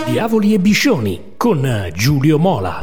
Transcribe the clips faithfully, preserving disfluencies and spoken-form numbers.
Diavoli e Biscioni con Giulio Mola.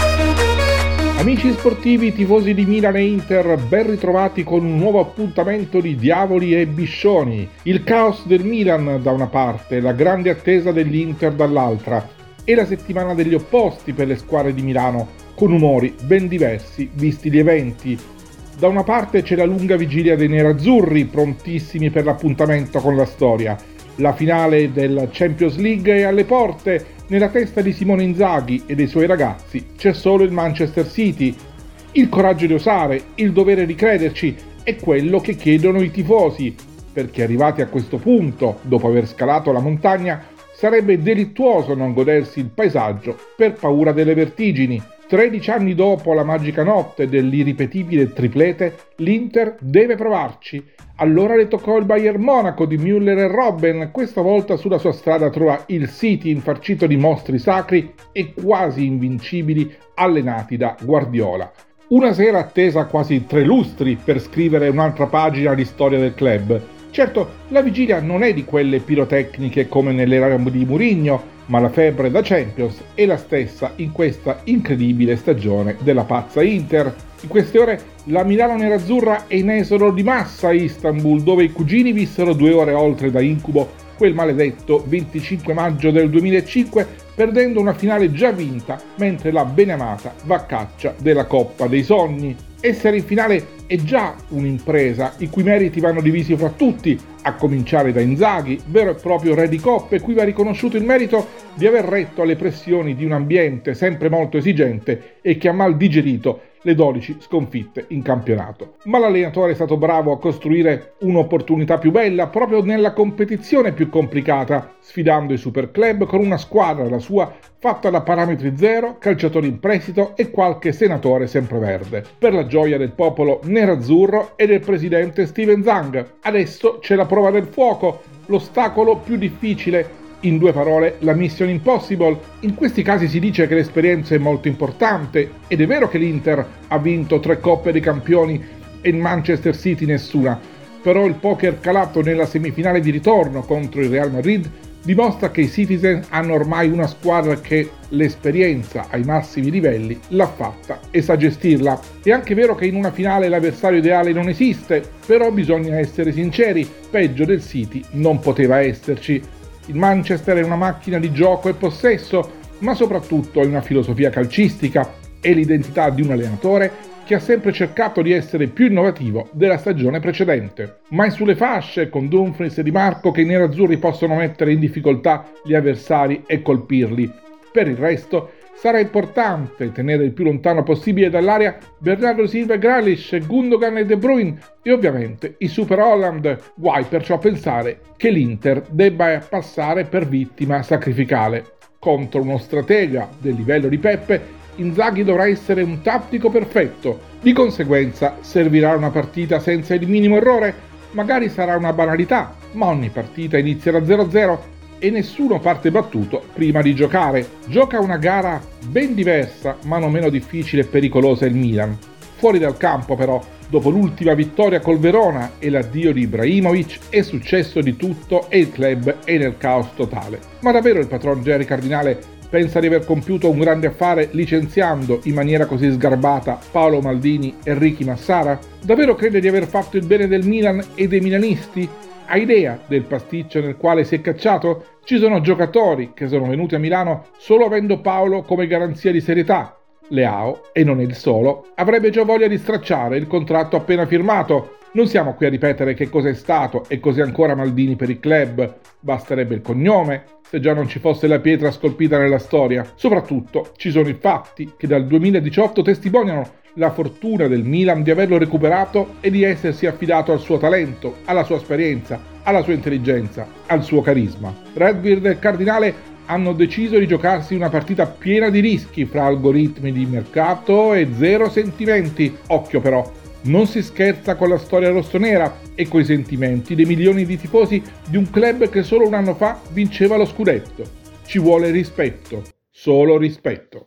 Amici sportivi, tifosi di Milan e Inter, ben ritrovati con un nuovo appuntamento di Diavoli e Biscioni. Il caos del Milan da una parte, la grande attesa dell'Inter dall'altra e la settimana degli opposti per le squadre di Milano, con umori ben diversi visti gli eventi. Da una parte c'è la lunga vigilia dei nerazzurri, prontissimi per l'appuntamento con la storia. La finale del Champions League è alle porte. Nella testa di Simone Inzaghi e dei suoi ragazzi c'è solo il Manchester City. Il coraggio di osare, il dovere di crederci è quello che chiedono i tifosi, perché arrivati a questo punto, dopo aver scalato la montagna, sarebbe delittuoso non godersi il paesaggio per paura delle vertigini. tredici anni dopo la magica notte dell'irripetibile triplete, l'Inter deve provarci. Allora le toccò il Bayern Monaco di Müller e Robben. Questa volta sulla sua strada trova il City infarcito di mostri sacri e quasi invincibili allenati da Guardiola. Una sera attesa quasi tre lustri per scrivere un'altra pagina di storia del club. Certo, la vigilia non è di quelle pirotecniche come nell'era di Mourinho, ma la febbre da Champions è la stessa in questa incredibile stagione della pazza Inter. In queste ore la Milano nerazzurra è in esodo di massa a Istanbul, dove i cugini vissero due ore oltre da incubo quel maledetto venticinque maggio del duemilacinque, perdendo una finale già vinta, mentre la beneamata va a caccia della Coppa dei Sogni. Essere in finale è già un'impresa, i cui meriti vanno divisi fra tutti, a cominciare da Inzaghi, vero e proprio re di coppe, cui va riconosciuto il merito di aver retto alle pressioni di un ambiente sempre molto esigente e che ha mal digerito le dodici sconfitte in campionato. Ma l'allenatore è stato bravo a costruire un'opportunità più bella proprio nella competizione più complicata, sfidando i super club con una squadra, la sua, fatta da parametri zero, calciatori in prestito e qualche senatore sempreverde. Per la gioia del popolo nerazzurro e del presidente Steven Zhang. Adesso c'è la prova del fuoco, l'ostacolo più difficile. In due parole, la Mission Impossible. In questi casi si dice che l'esperienza è molto importante, ed è vero che l'Inter ha vinto tre Coppe dei Campioni e il Manchester City nessuna, però il poker calato nella semifinale di ritorno contro il Real Madrid dimostra che i Citizen hanno ormai una squadra che l'esperienza ai massimi livelli l'ha fatta e sa gestirla. È anche vero che in una finale l'avversario ideale non esiste, però bisogna essere sinceri, peggio del City non poteva esserci. Il Manchester è una macchina di gioco e possesso, ma soprattutto è una filosofia calcistica e l'identità di un allenatore che ha sempre cercato di essere più innovativo della stagione precedente. Mai sulle fasce, con Dumfries e Di Marco, che i nerazzurri possono mettere in difficoltà gli avversari e colpirli. Per il resto, sarà importante tenere il più lontano possibile dall'area Bernardo Silva e Grealish, Gundogan e De Bruyne e ovviamente i Super Holland. Guai perciò a pensare che l'Inter debba passare per vittima sacrificale. Contro uno stratega del livello di Peppe, Inzaghi dovrà essere un tattico perfetto. Di conseguenza servirà una partita senza il minimo errore. Magari sarà una banalità, ma ogni partita inizierà zero a zero e nessuno parte battuto prima di giocare. Gioca una gara ben diversa, ma non meno difficile e pericolosa il Milan. Fuori dal campo però, dopo l'ultima vittoria col Verona e l'addio di Ibrahimovic, è successo di tutto e il club è nel caos totale. Ma davvero il patron Jerry Cardinale pensa di aver compiuto un grande affare licenziando in maniera così sgarbata Paolo Maldini e Ricky Massara? Davvero crede di aver fatto il bene del Milan e dei milanisti? Ha idea del pasticcio nel quale si è cacciato? Ci sono giocatori che sono venuti a Milano solo avendo Paolo come garanzia di serietà. Leao, e non è il solo, avrebbe già voglia di stracciare il contratto appena firmato. Non siamo qui a ripetere che cosa è stato e cos'è ancora Maldini per il club. Basterebbe il cognome, se già non ci fosse la pietra scolpita nella storia. Soprattutto ci sono i fatti che dal duemiladiciotto testimoniano la fortuna del Milan di averlo recuperato e di essersi affidato al suo talento, alla sua esperienza, alla sua intelligenza, al suo carisma. Redbeard e Cardinale hanno deciso di giocarsi una partita piena di rischi fra algoritmi di mercato e zero sentimenti. Occhio però, non si scherza con la storia rossonera e coi sentimenti dei milioni di tifosi di un club che solo un anno fa vinceva lo scudetto. Ci vuole rispetto, solo rispetto.